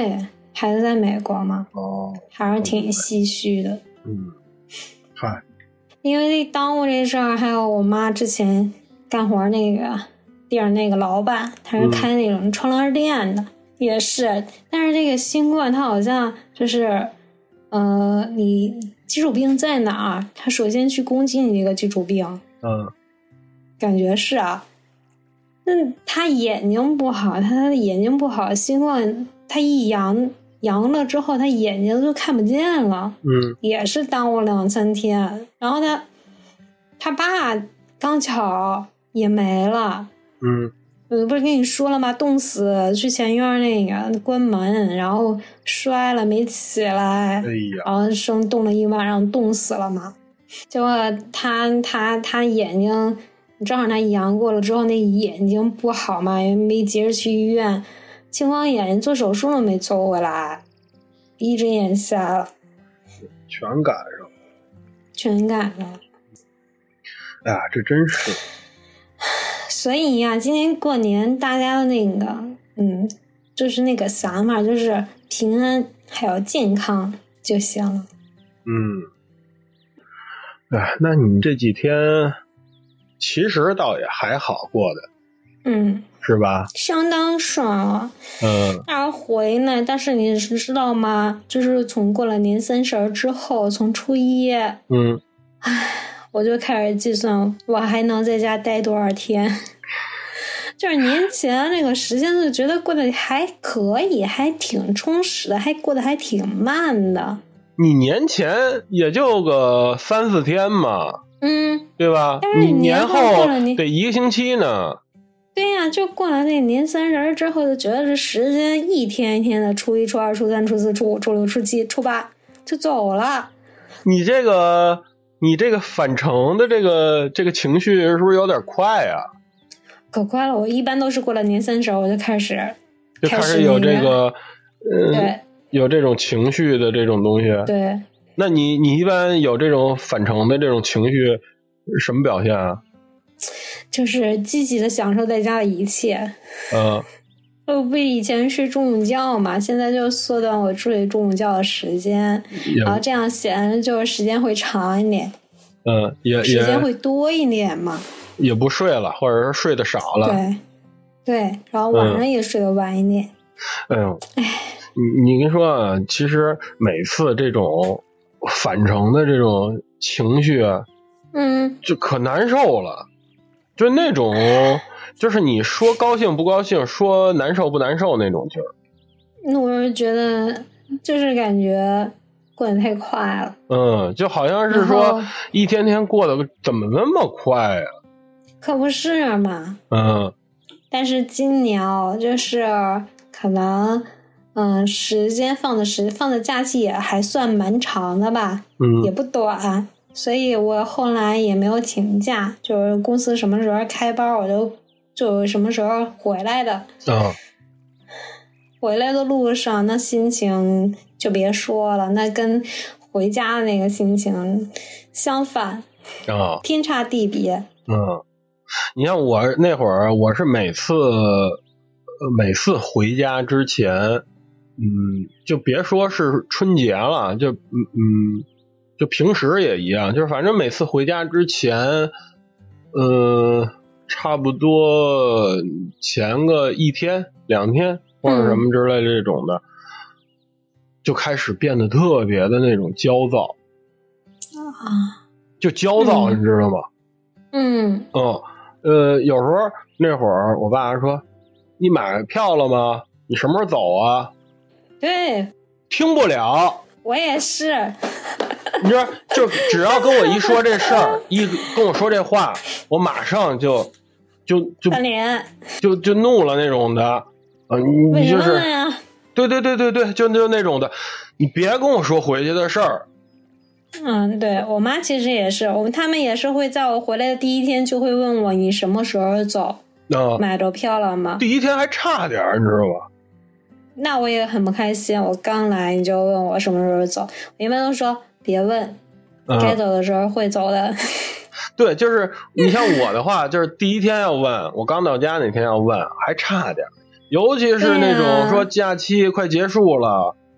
孩子在美国嘛， 哦， 还是挺唏嘘的。 嗯，嗨， 因为耽误这事儿，还有我妈之前干活那个店那个老板，他是开那种窗帘店的，嗯、也是。但是这个新冠，它好像就是，呃，你基础病在哪儿？他首先去攻击你这个基础病。 嗯， 感觉是啊。那他眼睛不好，他的眼睛不好，新冠他一阳阳了之后，他眼睛就看不见了。 嗯， 也是耽误两三天。然后他他爸刚巧也没了。 嗯， 我不是跟你说了吗？冻死去前院那个关门，然后摔了没起来， 哎呀， 然后生冻了一晚上，冻死了嘛。结果他他他眼睛正好他阳过了之后，那眼睛不好嘛，也没及时去医院，青光眼做手术都没做回来，一只眼瞎了， 全赶上了， 全赶上了。 哎呀，这真是。 所以呀，今年过年大家的那个，嗯，就是那个想法，就是平安还有健康就行了。 嗯，哎，那你这几天其实倒也还好过的， 嗯， 是吧？ 相当爽。 嗯， 但是回来，但是你知道吗？就是从过了年三十之后，从初一， 嗯， 唉，我就开始计算我还能在家待多少天。就是年前那个时间就觉得过得还可以，还挺充实的，还过得还挺慢的。 你年前也就个三四天嘛， 嗯， 对吧？ 但是你年后你得一个星期呢。 对呀、啊，就过了那年三十之后，就觉得这时间一天一天的，初一、初二、初三、初四、初五、初六、初七、初八就走了。 你这个，你这个返程的这个这个情绪是不是有点快啊？ 可快了！我一般都是过了年三十，我就开始就开始有这个，嗯， 对， 有这种情绪的这种东西。 对， 那你你一般有这种返程的这种情绪，什么表现啊？ 就是积极的享受在家的一切。 嗯， 我不以前睡中午觉嘛，现在就缩短我睡中午觉的时间，然后这样显就是时间会长一点。 嗯，也时间会多一点嘛。 也不睡了，或者是睡得少了。 对，对，然后晚上也睡得晚一点。 嗯、哎呦，你你跟说啊，其实每次这种返程的这种情绪， 嗯， 就可难受了。就那种，就是你说高兴不高兴，说难受不难受那种劲儿。 那我是觉得，就是感觉过得太快了。 嗯，就好像是说一天天过得怎么那么快呀、啊？ 可不是嘛。 嗯。 但是今年哦，就是可能，嗯，时间放的时放的假期也还算蛮长的吧， 嗯， 也不短。所以我后来也没有请假，就是公司什么时候开班我就就什么时候回来的。 啊， 回来的路上那心情就别说了，那跟回家的那个心情相反啊， 天差地别。 嗯，你看我那会儿，我是每次每次回家之前，嗯，就别说是春节了，就嗯嗯。就平时也一样，就是反正每次回家之前，嗯、呃，差不多前个一天两天或者什么之类的这种的，嗯、就开始变得特别的那种焦躁啊， 就焦躁，嗯、你知道吗？ 嗯嗯呃，有时候那会儿我爸说：“你买票了吗？你什么时候走啊？” 对， 听不了。 我也是。 你知道，就只要跟我一说这事儿，一跟我说这话，我马上就就就翻脸， 就就怒了那种的。啊、呃，你就是，对对对对对，就就那种的，你别跟我说回去的事儿。 嗯，对我妈其实也是，我们他们也是会在我回来的第一天就会问我你什么时候走， 啊， 买着票了吗？ 第一天还差点，你知道吧？ 那我也很不开心，我刚来你就问我什么时候走，我一般都说。别问，该走的时候会走的。 嗯、对，就是你像我的话，就是第一天要问，我刚到家那天要问，还差点。尤其是那种说假期快结束了，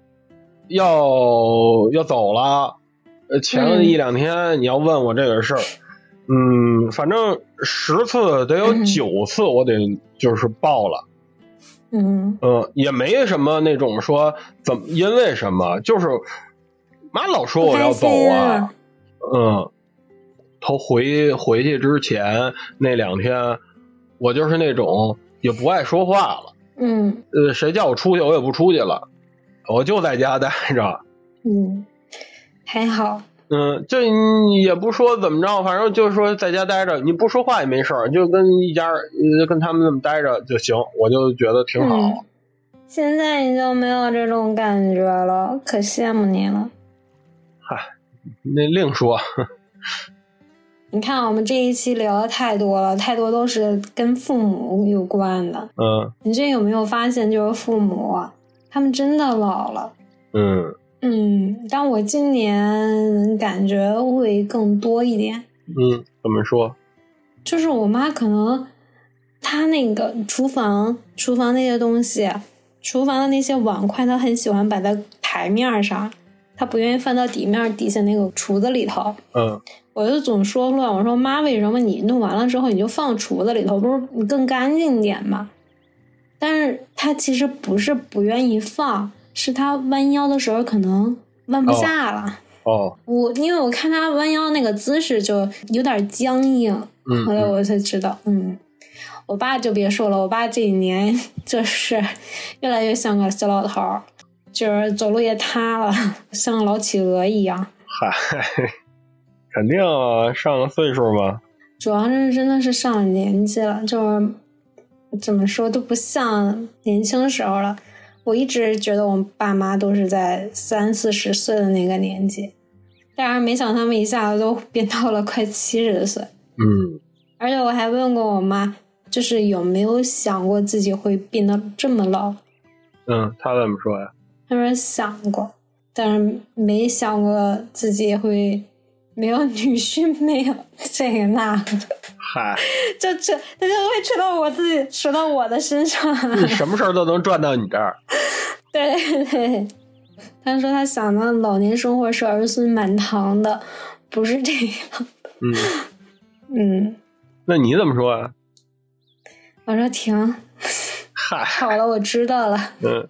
要要走了，前一两天你要问我这个事儿，嗯, 嗯，反正十次得有九次我得就是报了， 嗯嗯，也没什么那种说怎么因为什么，就是妈老说我要走啊，嗯，头回回去之前那两天，我就是那种也不爱说话了， 嗯， 呃，谁叫我出去我也不出去了，我就在家待着， 嗯，还好。 嗯，这也不说怎么着，反正就是说在家待着，你不说话也没事儿，就跟一家呃跟他们那么待着就行，我就觉得挺好。 嗯，现在你就没有这种感觉了，可羡慕你了。 嗨，那另说。 你看我们这一期聊的太多了，太多都是跟父母有关的。 嗯， 你这有没有发现，就是父母啊，他们真的老了。 嗯。 嗯，但我今年感觉会更多一点。 嗯，怎么说？ 就是我妈可能她那个厨房厨房那些东西，厨房的那些碗筷，她很喜欢摆在台面上，她不愿意放到底面底下那个厨子里头。 嗯， 我就总说乱，我说妈，为什么你弄完了之后你就放厨子里头，不是你更干净一点吗？但是她其实不是不愿意放。是他弯腰的时候可能弯不下了。 哦， oh. oh. 我因为我看他弯腰那个姿势就有点僵硬， 嗯， 后来我才知道，嗯，我爸就别说了，我爸这一年就是越来越像个小老头，就是走路也塌了，像个老企鹅一样。 嗨，肯定上了岁数嘛。 主要是真的是上了年纪了，就是怎么说都不像年轻时候了。我一直觉得我爸妈都是在三四十岁的那个年纪，但是没想到他们一下子都变到了快七十岁。 嗯， 而且我还问过我妈，就是有没有想过自己会变得这么老。 嗯，她怎么说呀？ 她说想过，但是没想过自己会没有女婿，没有这个那个。 嗨， 就这，他就会扯到我自己，扯到我的身上。 你什么事儿都能转到你这儿。 对对，他说他想的老年生活是儿孙满堂的，不是这样。 嗯嗯， 那你怎么说啊？ 我说停。 嗨， 好了，我知道了。 嗯，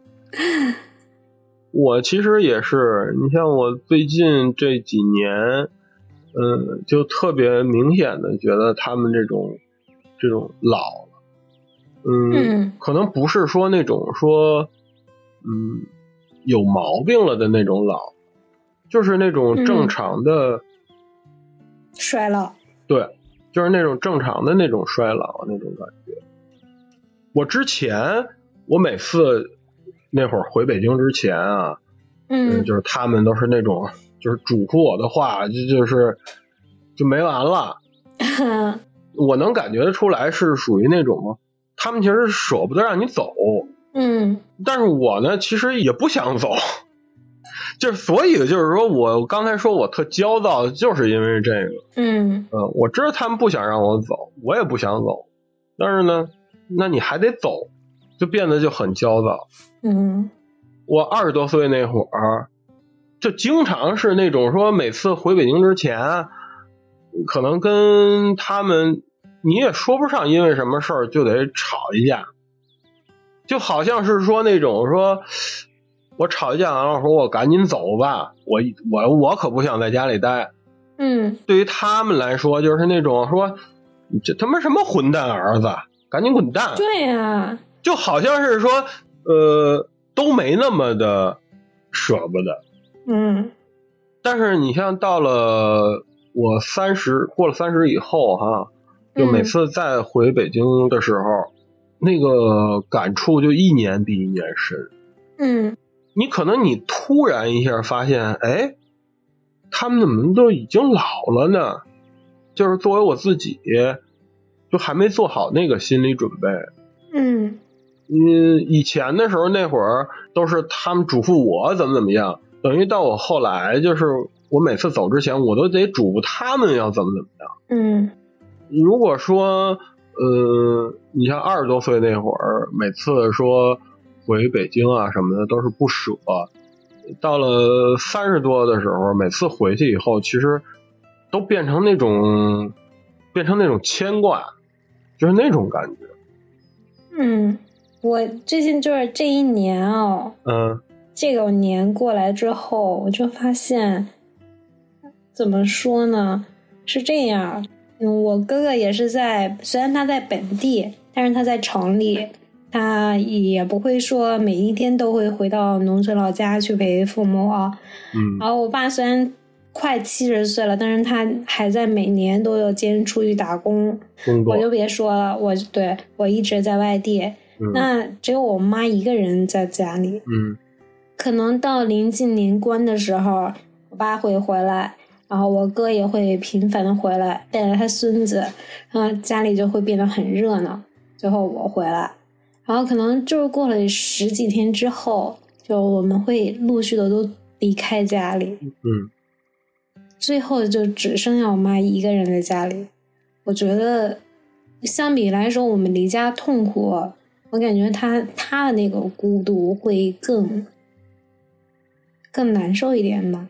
我其实也是，你像我最近这几年。嗯，就特别明显的觉得他们这种这种老了，嗯， 嗯可能不是说那种说嗯有毛病了的那种老，就是那种正常的、 嗯、衰老， 对，就是那种正常的那种衰老那种感觉。我之前我每次那会儿回北京之前啊， 嗯， 嗯就是他们都是那种。就是嘱咐我的话，就就是就没完了。我能感觉得出来是属于那种，他们其实舍不得让你走， 嗯， 但是我呢，其实也不想走，就是所以就是说我刚才说我特焦躁，就是因为这个， 嗯嗯，我知道他们不想让我走，我也不想走，但是呢，那你还得走，就变得就很焦躁。 嗯， 我二十多岁那会儿。就经常是那种说每次回北京之前可能跟他们你也说不上因为什么事儿就得吵一架，就好像是说那种说我吵一架完了说我赶紧走吧，我我我可不想在家里待。 嗯， 对于他们来说就是那种说这他妈什么混蛋儿子赶紧滚蛋。 对呀、啊， 就好像是说呃都没那么的舍不得。 嗯， 但是你像到了我三十过了三十以后哈，就每次再回北京的时候，嗯、那个感触就一年比一年深。 嗯， 你可能你突然一下发现，哎，他们怎么都已经老了呢？就是作为我自己，就还没做好那个心理准备。 嗯， 嗯，以前的时候那会儿都是他们嘱咐我怎么怎么样。等于到我后来，就是我每次走之前，我都得嘱咐他们要怎么怎么样。 嗯， 如果说，呃，你像二十多岁那会儿，每次说回北京啊什么的，都是不舍。 到了三十多的时候，每次回去以后，其实都变成那种变成那种牵挂，就是那种感觉。 嗯，我最近就是这一年哦， 嗯， 这个年过来之后，我就发现，怎么说呢？是这样，嗯，我哥哥也是在，虽然他在本地，但是他在城里，他也不会说每一天都会回到农村老家去陪父母啊。 嗯， 然后我爸虽然快七十岁了，但是他还在每年都有坚持出去打工。我就别说了，我对我一直在外地， 嗯、 那只有我妈一个人在家里。 嗯， 可能到临近年关的时候，我爸会回来。然后我哥也会频繁的回来，带着他孙子，然后家里就会变得很热闹。最后我回来，然后可能就是过了十几天之后，就我们会陆续的都离开家里。 嗯， 最后就只剩下我妈一个人在家里。我觉得相比来说，我们离家痛苦，我感觉他他的那个孤独会更更难受一点吧。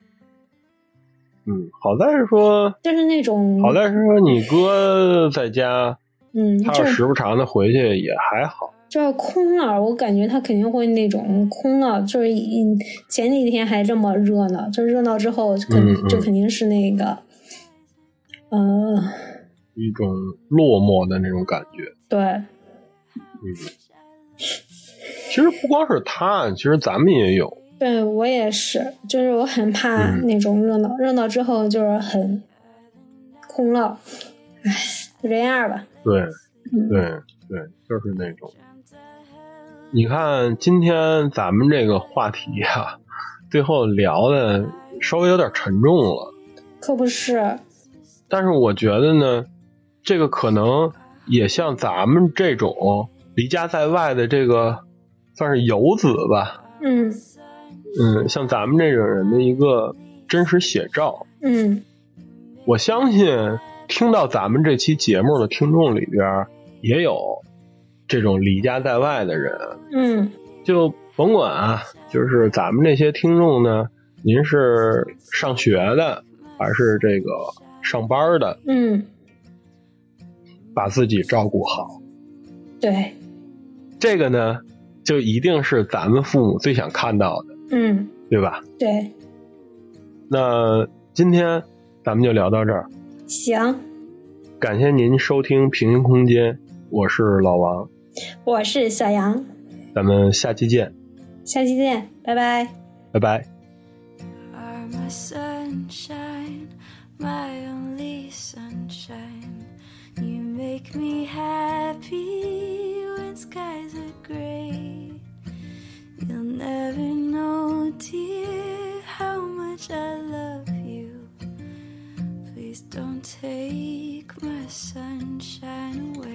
嗯，好在是说， 就是那种， 好在是说你哥在家， 嗯， 他要时不常的回去也还好。 就是空了，我感觉他肯定会那种空了，就是前几天还这么热闹，就热闹之后肯、 嗯嗯、 就肯定是那个，呃， 一种落寞的那种感觉。 对， 嗯，其实不光是他，其实咱们也有。 对，我也是，就是我很怕那种热闹，嗯、热闹之后就是很空了，唉，就这样吧。 对， 嗯、 对，对，就是那种。你看，今天咱们这个话题啊，最后聊的稍微有点沉重了。 可不是。 但是我觉得呢，这个可能也像咱们这种离家在外的这个，算是游子吧。 嗯。 嗯，像咱们这种人的一个真实写照。 嗯， 我相信听到咱们这期节目的听众里边也有这种离家在外的人。 嗯， 就甭管啊，就是咱们这些听众呢，您是上学的还是这个上班的， 嗯， 把自己照顾好。 对， 这个呢，就一定是咱们父母最想看到的。 嗯， 对吧？ 对。 那今天咱们就聊到这儿。 行。 感谢您收听平行空间，我是老王， 我是小杨， 咱们下期见。 下期见，拜拜。 拜拜。 Are my sunshine, my only sunshine. You make me happy when skies are gray.You'll never know, dear, how much I love you. Please don't take my sunshine away.